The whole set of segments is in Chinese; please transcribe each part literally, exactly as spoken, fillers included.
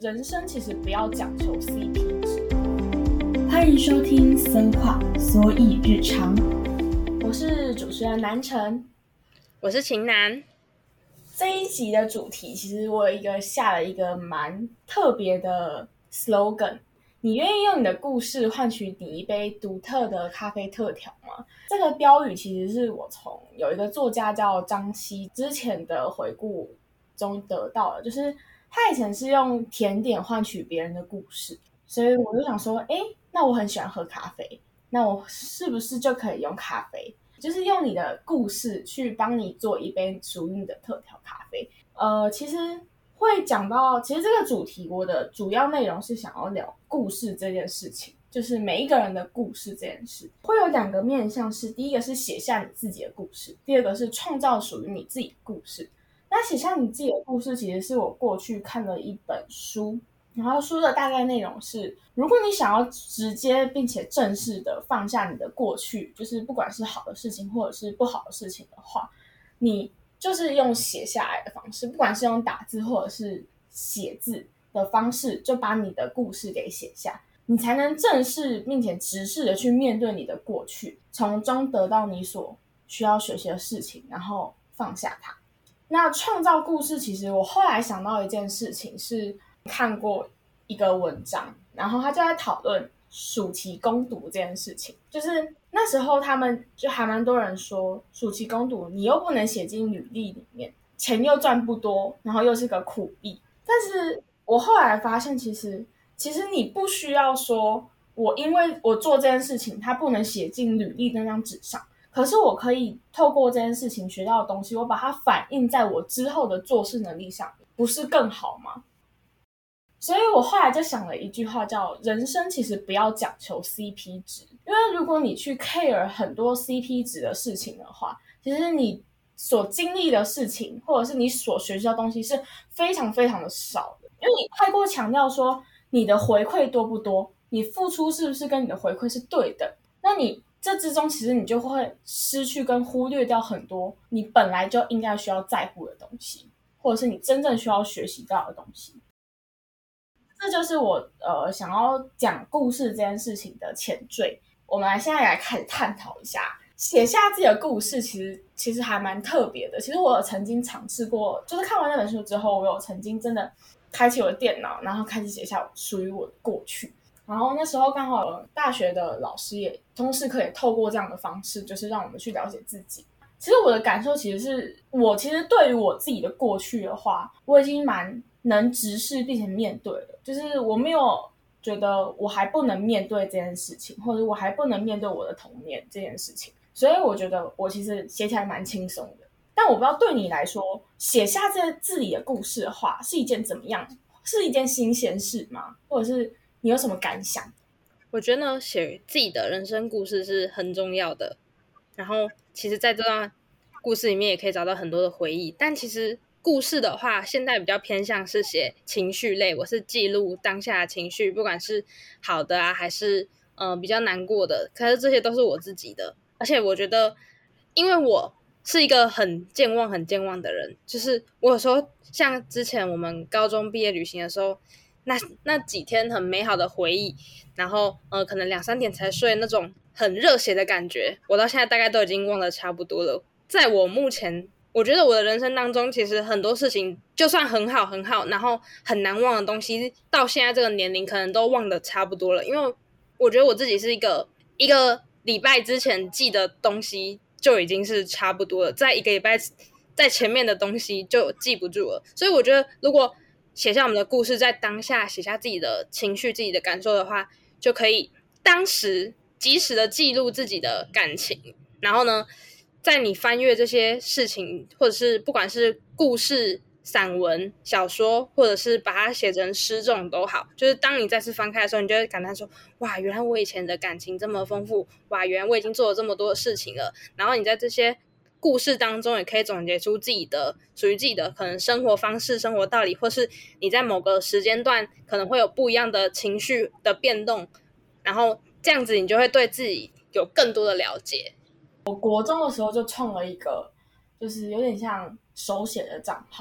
人生其实不要讲求 C P 值。 欢迎收听森话所以日常， 我是主持人南晨， 我是晴南。 这一集的主题其实我有一个下了一个蛮特别的 slogan， 你愿意用你的故事换取你一杯独特的咖啡特调吗？这个标语其实是我从有一个作家叫张希之前的回顾中得到的，就是他以前是用甜点换取别人的故事，所以我就想说，诶，那我很喜欢喝咖啡，那我是不是就可以用咖啡，就是用你的故事去帮你做一杯属于你的特调咖啡。呃，其实会讲到，其实这个主题我的主要内容是想要聊故事这件事情，就是每一个人的故事这件事，会有两个面向，是第一个是写下你自己的故事，第二个是创造属于你自己的故事。那写下你自己的故事其实是我过去看了一本书，然后书的大概内容是，如果你想要直接并且正式的放下你的过去，就是不管是好的事情或者是不好的事情的话，你就是用写下来的方式，不管是用打字或者是写字的方式，就把你的故事给写下，你才能正式并且直视的去面对你的过去，从中得到你所需要学习的事情，然后放下它。那创造故事，其实我后来想到一件事情，是看过一个文章，然后他就在讨论暑期工读这件事情。就是那时候他们就还蛮多人说，暑期工读你又不能写进履历里面，钱又赚不多，然后又是个苦役。但是我后来发现，其实其实你不需要说，我因为我做这件事情，它不能写进履历那张纸上。可是我可以透过这件事情学到的东西，我把它反映在我之后的做事能力上，不是更好吗？所以我后来就想了一句话，叫人生其实不要讲求 C P 值。因为如果你去 care 很多 C P 值的事情的话，其实你所经历的事情或者是你所学习的东西是非常非常的少的。因为你太过强调说你的回馈多不多，你付出是不是跟你的回馈是对的，那你这之中其实你就会失去跟忽略掉很多你本来就应该需要在乎的东西，或者是你真正需要学习到的东西。这就是我呃想要讲故事这件事情的前缀。我们来现在来开始探讨一下，写下自己的故事其实其实还蛮特别的。其实我有曾经尝试过，就是看完那本书之后，我有曾经真的开启我的电脑，然后开始写下属于我的过去。然后那时候刚好大学的老师也通识课也透过这样的方式，就是让我们去了解自己。其实我的感受其实是，我其实对于我自己的过去的话，我已经蛮能直视并且面对了。就是我没有觉得我还不能面对这件事情，或者我还不能面对我的童年这件事情，所以我觉得我其实写起来蛮轻松的。但我不知道对你来说，写下这字里的故事的话，是一件怎么样，是一件新鲜事吗？或者是你有什么感想？ 我觉得呢，写自己的人生故事是很重要的。然后，其实在这段故事里面也可以找到很多的回忆。但其实故事的话，现在比较偏向是写情绪类，我是记录当下的情绪，不管是好的啊，还是呃比较难过的。可是这些都是我自己的，而且我觉得，因为我是一个很健忘、很健忘的人，就是我有时候像之前我们高中毕业旅行的时候。那那几天很美好的回忆，然后呃，可能两三点才睡那种很热血的感觉，我到现在大概都已经忘得差不多了。在我目前，我觉得我的人生当中，其实很多事情就算很好很好，然后很难忘的东西，到现在这个年龄可能都忘得差不多了。因为我觉得我自己是一个一个礼拜之前记的东西就已经是差不多了，在一个礼拜在前面的东西就记不住了。所以我觉得如果写下我们的故事，在当下写下自己的情绪、自己的感受的话，就可以当时及时的记录自己的感情。然后呢，在你翻阅这些事情，或者是不管是故事、散文、小说，或者是把它写成诗，这种都好。就是当你再次翻开的时候，你就会感叹说：哇，原来我以前的感情这么丰富！哇，原来我已经做了这么多的事情了。然后你在这些故事当中也可以总结出自己的属于自己的可能生活方式、生活道理，或是你在某个时间段可能会有不一样的情绪的变动，然后这样子你就会对自己有更多的了解。 我国中的时候就创了一个就是有点像手写的账号，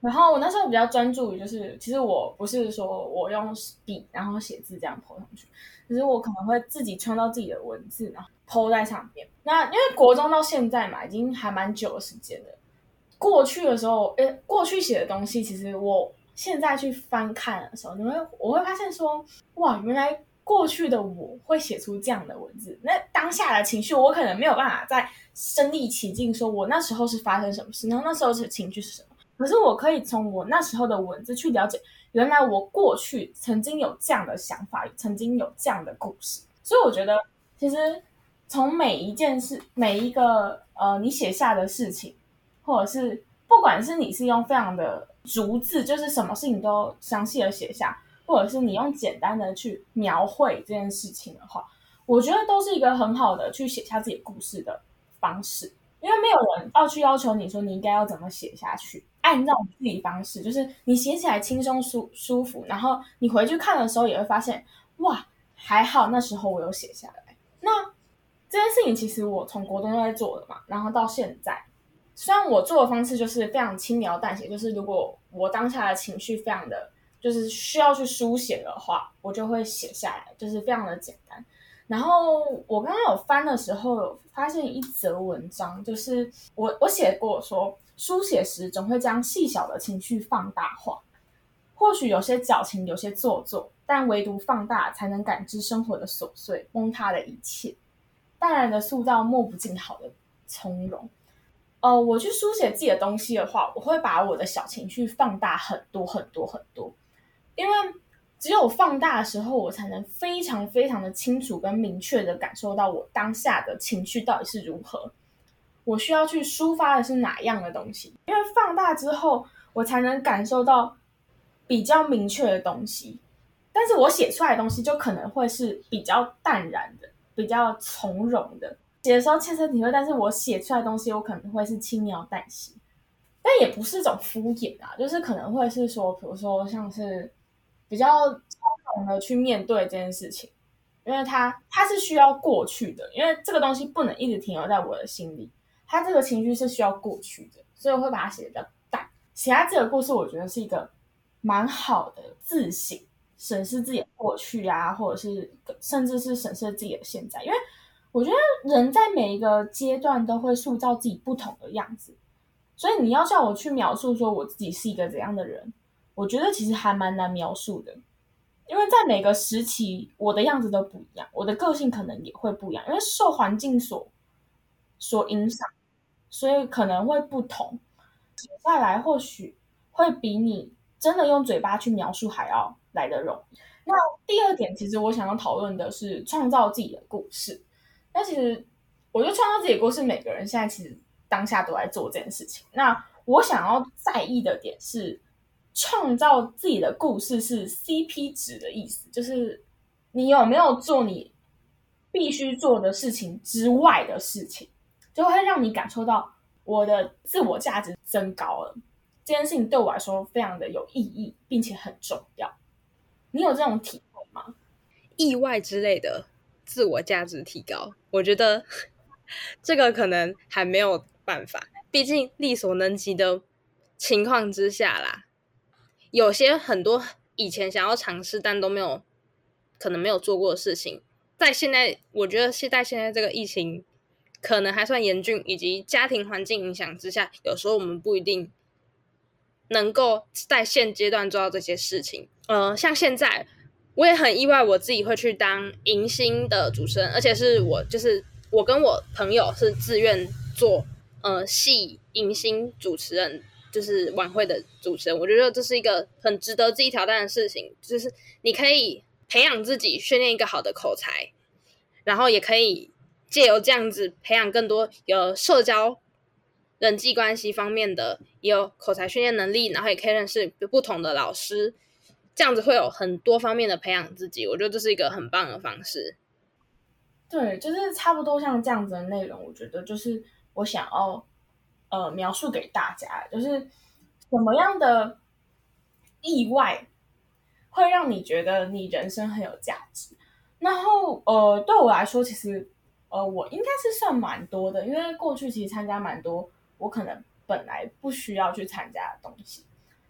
然后我那时候比较专注于，就是其实我不是说我用笔然后写字这样 po 上去，只是我可能会自己创造自己的文字，然后 po 在上面。那因为国中到现在嘛，已经还蛮久的时间了。过去的时候，诶，过去写的东西，其实我现在去翻看的时候，你会我会发现说，哇，原来过去的我会写出这样的文字。那当下的情绪，我可能没有办法再身临其境，说我那时候是发生什么事，然后那时候的情绪是什么。可是我可以从我那时候的文字去了解，原来我过去曾经有这样的想法，曾经有这样的故事。所以我觉得，其实从每一件事，每一个呃你写下的事情，或者是不管是你是用非常的逐字，就是什么事情都详细的写下，或者是你用简单的去描绘这件事情的话，我觉得都是一个很好的去写下自己的故事的方式。因为没有人要去要求你说你应该要怎么写下去，按照你自己方式，就是你写起来轻松舒舒服，然后你回去看的时候也会发现，哇，还好那时候我有写下来。那这件事情其实我从国中就在做的嘛，然后到现在，虽然我做的方式就是非常轻描淡写，就是如果我当下的情绪非常的就是需要去书写的话，我就会写下来，就是非常的简单。然后我刚刚有翻的时候，有发现一则文章，就是我我写过说，书写时总会将细小的情绪放大化，或许有些矫情，有些做作，但唯独放大，才能感知生活的琐碎，崩塌的一切，淡然的塑造莫不尽好的从容。呃，我去书写自己的东西的话，我会把我的小情绪放大很多很多很多，因为只有放大的时候，我才能非常非常的清楚跟明确的感受到我当下的情绪到底是如何，我需要去抒发的是哪样的东西。因为放大之后，我才能感受到比较明确的东西，但是我写出来的东西就可能会是比较淡然的，比较从容的。写的时候切身体会，但是我写出来的东西，我可能会是轻描淡写，但也不是一种敷衍啊，就是可能会是说，比如说像是比较从容的去面对这件事情，因为它它是需要过去的，因为这个东西不能一直停留在我的心里，它这个情绪是需要过去的，所以我会把它写得比较淡。写下这个故事，我觉得是一个蛮好的自省、审视自己的过去啊，或者是甚至是审视自己的现在，因为我觉得人在每一个阶段都会塑造自己不同的样子，所以你要叫我去描述说我自己是一个怎样的人，我觉得其实还蛮难描述的。因为在每个时期我的样子都不一样，我的个性可能也会不一样，因为受环境所所影响，所以可能会不同。写下来或许会比你真的用嘴巴去描述还要来得容易。那第二点，其实我想要讨论的是创造自己的故事。那其实我觉得创造自己的故事，每个人现在其实当下都在做这件事情。那我想要在意的点是，创造自己的故事是 C P 值的意思，就是你有没有做你必须做的事情之外的事情，就会让你感受到我的自我价值增高了。这件事情对我来说非常的有意义，并且很重要。你有这种体会吗？ 意外之类的自我价值提高，我觉得这个可能还没有办法，毕竟力所能及的情况之下啦，有些很多以前想要尝试但都没有可能没有做过的事情，在现在我觉得现在现在这个疫情可能还算严峻，以及家庭环境影响之下，有时候我们不一定能够在现阶段做到这些事情。呃，像现在我也很意外我自己会去当迎新的主持人，而且是我就是我跟我朋友是自愿做呃系迎新主持人，就是晚会的主持人。我觉得这是一个很值得自己挑战的事情，就是你可以培养自己，训练一个好的口才，然后也可以借由这样子培养更多有社交人际关系方面的，也有口才训练能力，然后也可以认识不同的老师，这样子会有很多方面的培养自己，我觉得这是一个很棒的方式。 对，就是差不多像这样子的内容，我觉得就是我想要呃描述给大家，就是什么样的意外会让你觉得你人生很有价值。然后呃对我来说，其实呃我应该是算蛮多的，因为过去其实参加蛮多我可能本来不需要去参加的东西。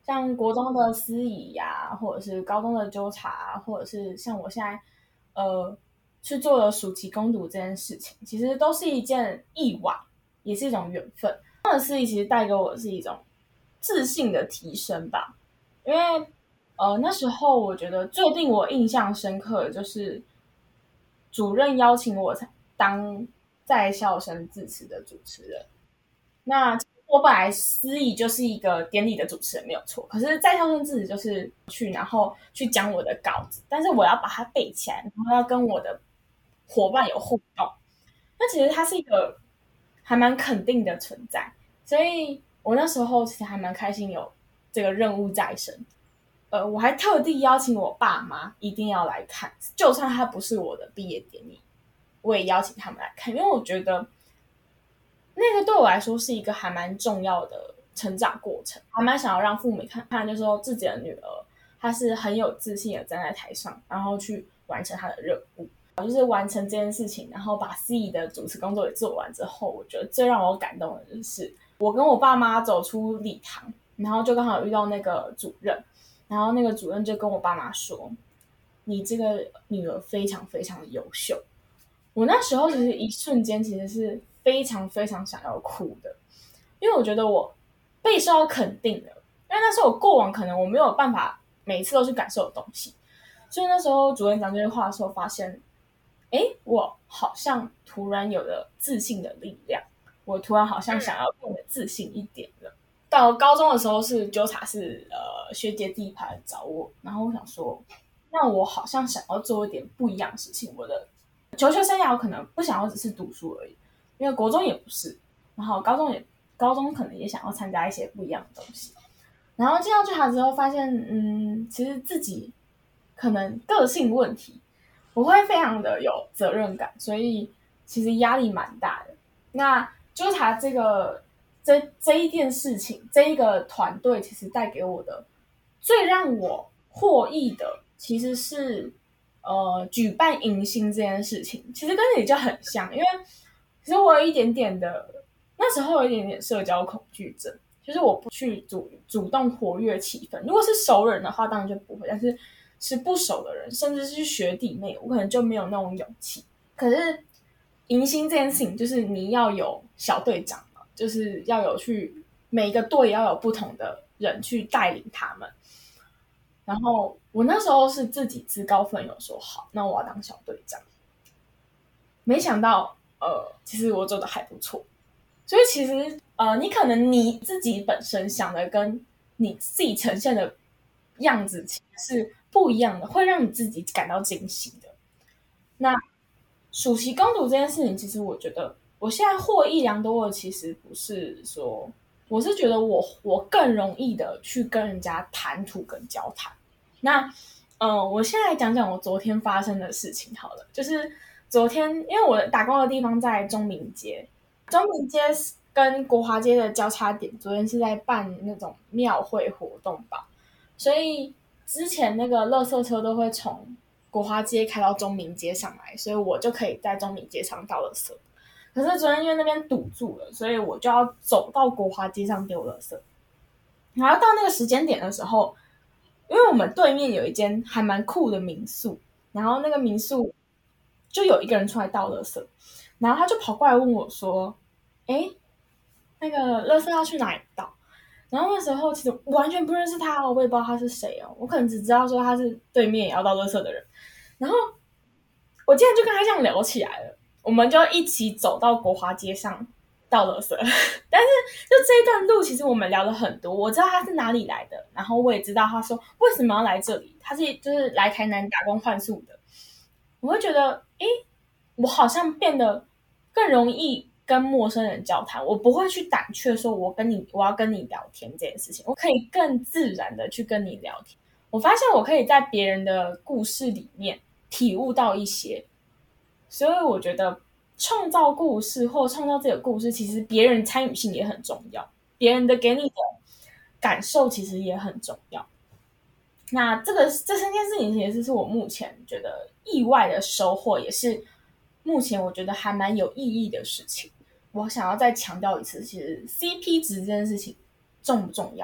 像国中的司仪呀、啊，或者是高中的纠察、啊，或者是像我现在呃去做了暑期攻读这件事情，其实都是一件意外，也是一种缘分。这样的司仪其实带给我的是一种自信的提升吧，因为呃那时候我觉得最令我印象深刻的就是主任邀请我当在校生致辞的主持人。那我本来司仪就是一个典礼的主持人没有错，可是在校生致辞就是去然后去讲我的稿子，但是我要把它背起来，然后要跟我的伙伴有互动。那其实它是一个还蛮肯定的存在，所以我那时候其实还蛮开心有这个任务在身。呃，我还特地邀请我爸妈一定要来看，就算他不是我的毕业典礼，我也邀请他们来看，因为我觉得那个对我来说是一个还蛮重要的成长过程，还蛮想要让父母看看，就是说自己的女儿她是很有自信的站在台上，然后去完成她的任务。就是完成这件事情，然后把 C 的主持工作也做完之后，我觉得最让我感动的就是我跟我爸妈走出礼堂，然后就刚好遇到那个主任，然后那个主任就跟我爸妈说：“你这个女儿非常非常的优秀。”我那时候其实一瞬间其实是非常非常想要哭的，因为我觉得我备受到肯定了，因为那是我过往可能我没有办法每一次都去感受的东西，所以那时候主任讲这句话的时候，发现，哎，我好像突然有了自信的力量，我突然好像想要变得自信一点了。到高中的时候是纠察是呃学姐第一排找我，然后我想说，那我好像想要做一点不一样的事情，我的求学生涯我可能不想要只是读书而已，因为国中也不是，然后高中也高中可能也想要参加一些不一样的东西。然后进到纠察之后，发现嗯，其实自己可能个性问题，我会非常的有责任感，所以其实压力蛮大的。那纠察这个这这一件事情，这一个团队其实带给我的最让我获益的，其实是呃举办迎新这件事情，其实跟你就很像，因为其实我有一点点的那时候有一点点社交恐惧症，就是我不去主主动活跃气氛。如果是熟人的话，当然就不会，但是是不熟的人，甚至是学弟妹，我可能就没有那种勇气。可是迎新这件事情，就是你要有小队长嘛，就是要有去每一个队要有不同的人去带领他们。然后我那时候是自己自告奋勇说好，那我要当小队长。没想到，呃，其实我做的还不错。所以其实，呃，你可能你自己本身想的跟你自己呈现的样子其实是不一样的，会让你自己感到惊喜的。那暑期攻读这件事情，其实我觉得我现在获益良多的，其实不是说，我是觉得我我更容易的去跟人家谈吐跟交谈。那，嗯、呃，我现在来讲讲我昨天发生的事情好了，就是昨天因为我打工的地方在中民街。中民街跟国华街的交叉点，昨天是在办那种庙会活动吧，所以之前那个垃圾车都会从国华街开到中民街上来，所以我就可以在中民街上倒垃圾。可是昨天因为那边堵住了，所以我就要走到国华街上丢垃圾。然后到那个时间点的时候，因为我们对面有一间还蛮酷的民宿，然后那个民宿就有一个人出来倒垃圾。然后他就跑过来问我说：“哎，那个垃圾要去哪里倒？”然后那时候其实完全不认识他哦，我也不知道他是谁哦，我可能只知道说他是对面也要倒垃圾的人。然后我竟然就跟他这样聊起来了，我们就一起走到国华街上倒垃圾。但是就这一段路，其实我们聊了很多，我知道他是哪里来的，然后我也知道他说为什么要来这里，他是就是来台南打工换宿的。我会觉得，哎。我好像变得更容易跟陌生人交谈，我不会去胆怯说我跟你我要跟你聊天这件事情，我可以更自然的去跟你聊天。我发现我可以在别人的故事里面体悟到一些，所以我觉得创造故事或创造这个故事，其实别人参与性也很重要，别人的给你的感受其实也很重要。那这个这三件事情其实是我目前觉得意外的收获，也是目前我觉得还蛮有意义的事情。我想要再强调一次，其实 C P 值这件事情重不重要？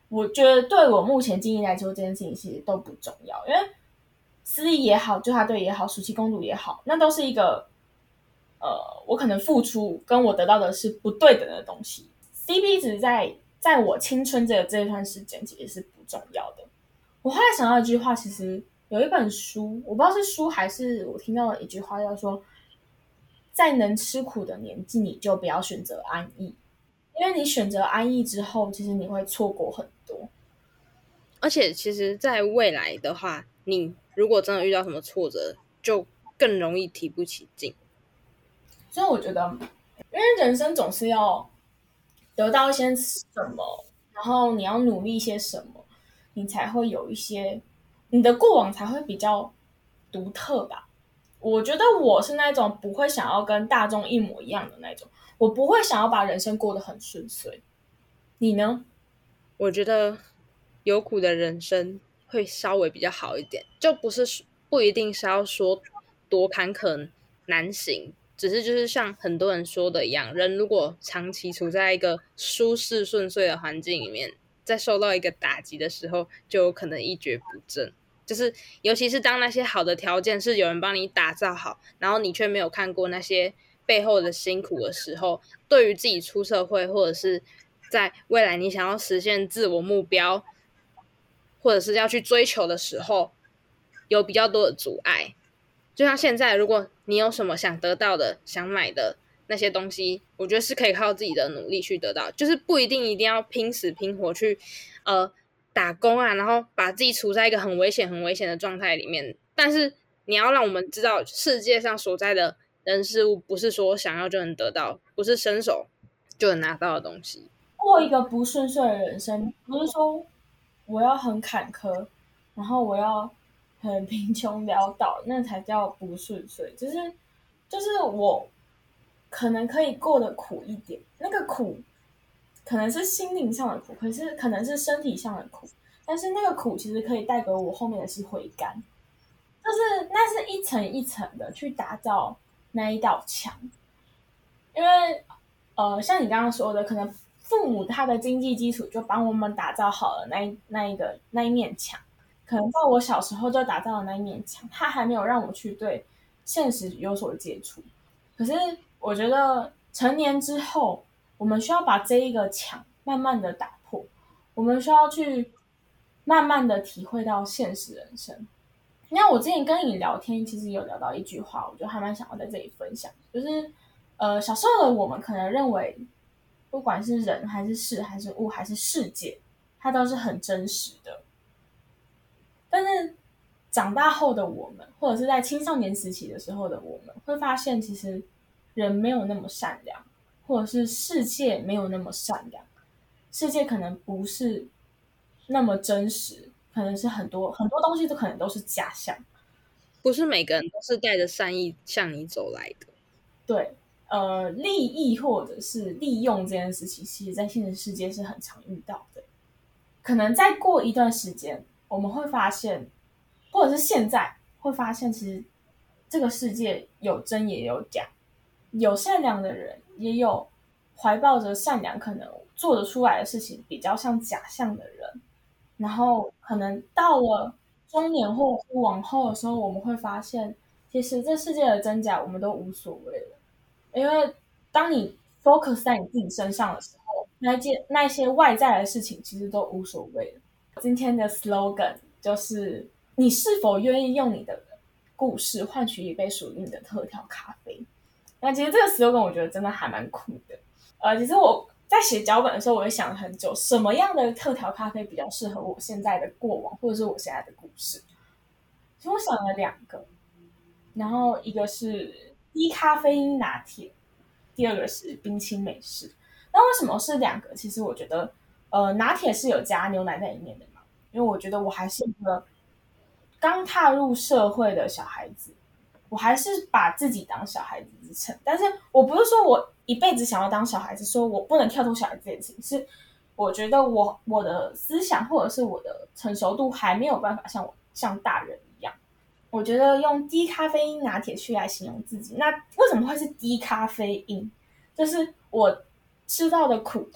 我觉得对我目前经历来说，这件事情其实都不重要，因为私立也好，纠察队也好，暑期工读也好，那都是一个呃，我可能付出跟我得到的是不对等的东西。C P 值在在我青春这个这一段时间其实是不重要的。我后来想到一句话，其实有一本书，我不知道是书还是我听到的一句话，叫说，在能吃苦的年纪，你就不要选择安逸，因为你选择安逸之后，其实你会错过很多。 而且其实在未来的话，你如果真的遇到什么挫折，就更容易提不起劲。 所以我觉得，因为人生总是要得到一些什么，然后你要努力一些什么，你才会有一些，你的过往才会比较独特吧。我觉得我是那种不会想要跟大众一模一样的那种，我不会想要把人生过得很顺遂。你呢？ 我觉得有苦的人生会稍微比较好一点，就不是不一定是要说多坎坷难行，只是就是像很多人说的一样，人如果长期处在一个舒适顺遂的环境里面，在受到一个打击的时候，就有可能一蹶不振。就是尤其是当那些好的条件是有人帮你打造好，然后你却没有看过那些背后的辛苦的时候，对于自己出社会或者是在未来你想要实现自我目标或者是要去追求的时候，有比较多的阻碍。就像现在，如果你有什么想得到的想买的那些东西，我觉得是可以靠自己的努力去得到，就是不一定一定要拼死拼活去呃打工啊，然后把自己处在一个很危险很危险的状态里面。但是你要让我们知道世界上所在的人事物不是说想要就能得到，不是伸手就能拿到的东西。 过一个不顺遂的人生，不是说我要很坎坷，然后我要很贫穷潦倒，那才叫不顺遂。就是就是我可能可以过得苦一点，那个苦可能是心灵上的苦，可是可能是身体上的苦，但是那个苦其实可以带给我后面的是回甘，就是那是一层一层的去打造那一道墙。因为呃，像你刚刚说的，可能父母他的经济基础就帮我们打造好了那一那一个那一面墙，可能在我小时候就打造了那一面墙，他还没有让我去对现实有所接触。可是我觉得成年之后，我们需要把这一个墙慢慢的打破，我们需要去慢慢的体会到现实人生。那我之前跟你聊天，其实有聊到一句话，我觉得还蛮想要在这里分享，就是呃，小时候的我们可能认为，不管是人还是事还是物还是世界，它都是很真实的。但是长大后的我们，或者是在青少年时期的时候的我们，会发现其实人没有那么善良，或者是世界没有那么善良，世界可能不是那么真实，可能是很多很多东西都可能都是假象。 不是每个人都是带着善意向你走来的。 对，呃，利益或者是利用这件事情，其实在现实世界是很常遇到的。可能再过一段时间，我们会发现，或者是现在会发现，其实这个世界有真也有假，有善良的人，也有怀抱着善良可能做得出来的事情比较像假象的人。然后可能到了中年或是往后的时候，我们会发现，其实这世界的真假我们都无所谓了，因为当你 focus 在你自己身上的时候，那件那些外在的事情其实都无所谓了。今天的 slogan 就是你是否愿意用你的故事换取一杯属于你的特调咖啡。那其实这个 slogan 我觉得真的还蛮酷的。呃，其实我在写脚本的时候，我也想了很久，什么样的特调咖啡比较适合我现在的过往，或者是我现在的故事。其实我想了两个，然后一个是低咖啡因拿铁，第二个是冰清美式。那为什么是两个？其实我觉得，呃，拿铁是有加牛奶在里面的嘛，因为我觉得我还是一个刚踏入社会的小孩子，我还是把自己当小孩子之称。但是我不是说我一辈子想要当小孩子，说我不能跳脱小孩子这件事情，是我觉得我我的思想或者是我的成熟度还没有办法像我像大人一样。我觉得用低咖啡因拿铁去来形容自己，那为什么会是低咖啡因？就是我吃到的苦头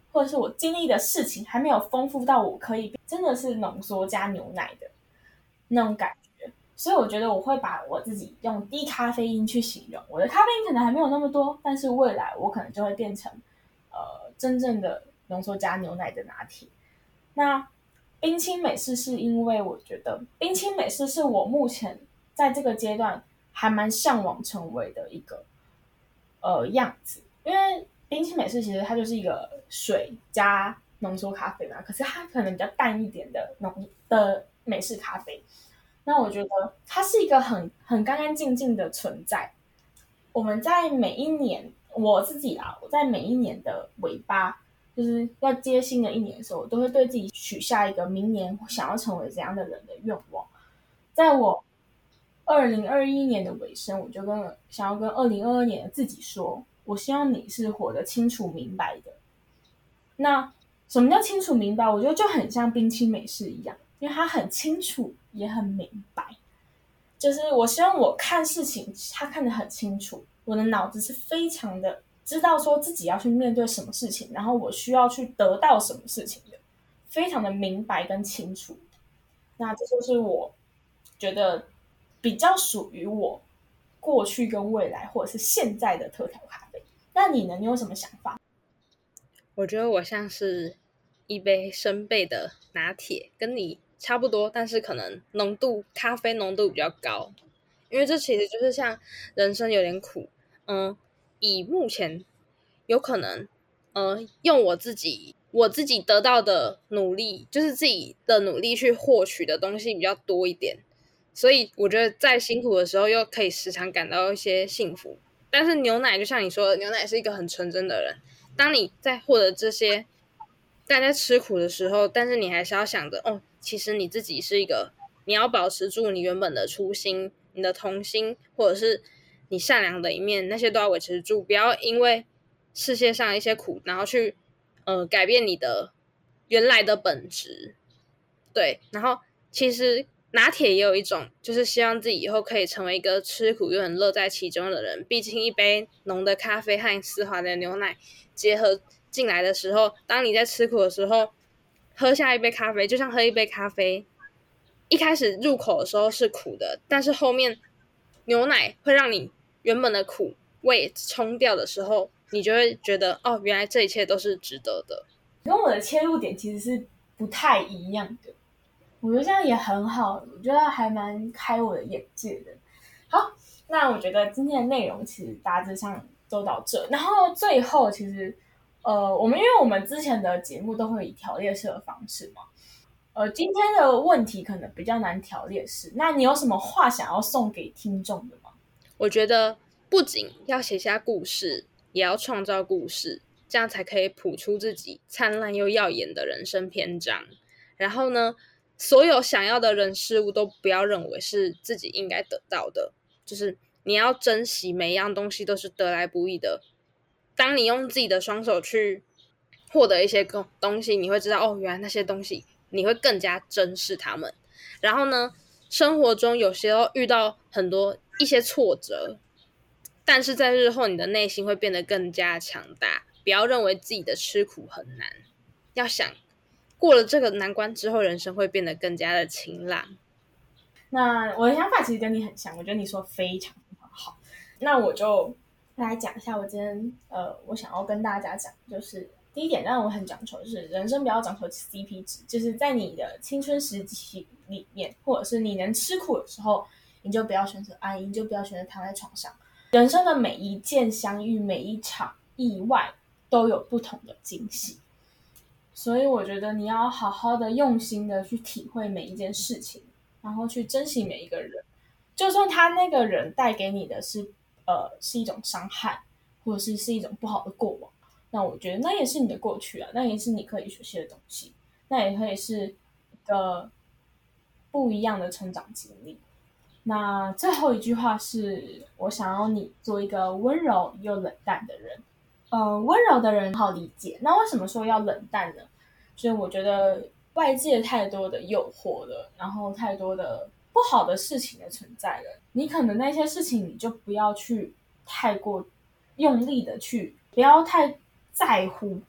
或者是我经历的事情还没有丰富到我可以真的是浓缩加牛奶的那种感觉。所以我觉得我会把我自己用低咖啡因去形容，我的咖啡因可能还没有那么多，但是未来我可能就会变成呃真正的浓缩加牛奶的拿铁。那冰清美式是因为我觉得冰清美式是我目前在这个阶段还蛮向往成为的一个呃样子，因为冰清美式其实它就是一个水加浓缩咖啡嘛，可是它可能比较淡一点的浓的美式咖啡。那我觉得它是一个很很干干净净的存在。我们在每一年，我自己啊，我在每一年的尾巴，就是要接新的一年的时候，我都会对自己许下一个明年想要成为怎样的人的愿望。在我二零二一年的尾声，我就跟想要跟二零二二年的自己说，我希望你是活得清楚明白的。那什么叫清楚明白？我觉得就很像冰清美式一样，因为它很清楚也很明白。就是我希望我看事情他看得很清楚，我的脑子是非常的知道说自己要去面对什么事情，然后我需要去得到什么事情的，非常的明白跟清楚。那这就是我觉得比较属于我过去跟未来或者是现在的特调咖啡。那你呢？你有什么想法？ 我觉得我像是一杯深焙的拿铁，跟你差不多，但是可能浓度咖啡浓度比较高，因为这其实就是像人生有点苦。嗯，以目前有可能，呃，用我自己我自己得到的努力，就是自己的努力去获取的东西比较多一点，所以我觉得在辛苦的时候又可以时常感到一些幸福。但是牛奶就像你说的，牛奶是一个很纯真的人，当你在获得这些但在吃苦的时候，但是你还是要想着哦，其实你自己是一个，你要保持住你原本的初心，你的童心，或者是你善良的一面，那些都要维持住，不要因为世界上一些苦，然后去呃改变你的原来的本质。对，然后其实拿铁也有一种，就是希望自己以后可以成为一个吃苦又很乐在其中的人。毕竟一杯浓的咖啡和丝滑的牛奶结合进来的时候，当你在吃苦的时候，喝下一杯咖啡，就像喝一杯咖啡，一开始入口的时候是苦的，但是后面牛奶会让你原本的苦味冲掉的时候，你就会觉得哦，原来这一切都是值得的。 跟我的切入点其实是不太一样的。我觉得这样也很好，我觉得还蛮开我的眼界的。好，那我觉得今天的内容其实大致上都到这，然后最后其实呃，我们因为我们之前的节目都会以条列式的方式嘛，呃，今天的问题可能比较难条列式，那你有什么话想要送给听众的吗？ 我觉得不仅要写下故事，也要创造故事，这样才可以谱出自己灿烂又耀眼的人生篇章。然后呢，所有想要的人事物都不要认为是自己应该得到的，就是你要珍惜每一样东西都是得来不易的。当你用自己的双手去获得一些东西，你会知道哦，原来那些东西你会更加珍视它们。然后呢，生活中有时候遇到很多一些挫折，但是在日后你的内心会变得更加强大。不要认为自己的吃苦很难，要想过了这个难关之后，人生会变得更加的晴朗。 那我的想法其实跟你很像，我觉得你说非常非常好。那我就来讲一下我今天呃，我想要跟大家讲，就是第一点让我很讲求，就是人生不要讲求 C P 值，就是在你的青春时期里面，或者是你能吃苦的时候，你就不要选择安逸，你就不要选择躺在床上。人生的每一件相遇，每一场意外，都有不同的惊喜。所以我觉得你要好好的用心的去体会每一件事情，然后去珍惜每一个人，就算他那个人带给你的是呃是一种伤害，或者是是一种不好的过往，那我觉得那也是你的过去啊，那也是你可以学习的东西，那也可以是一个不一样的成长经历。那最后一句话是，我想要你做一个温柔又冷淡的人。呃，温柔的人好理解，那为什么说要冷淡呢？所以我觉得外界太多的诱惑了，然后太多的不好的事情的存在了，你可能那些事情你就不要去太过用力的去，不要太在乎，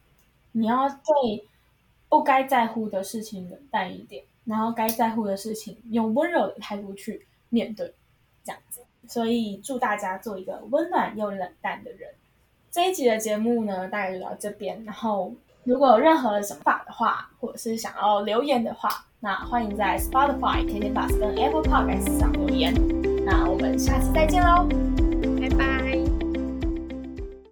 你要对不该在乎的事情冷淡一点，然后该在乎的事情用温柔的态度去面对，这样子。所以祝大家做一个温暖又冷淡的人。这一集的节目呢，大概就到这边。然后，如果有任何的想法的话，或者是想要留言的话，那欢迎在 Spotify、K K B O X 跟 Apple Podcast 上留言。那我们下次再见喽， 拜拜。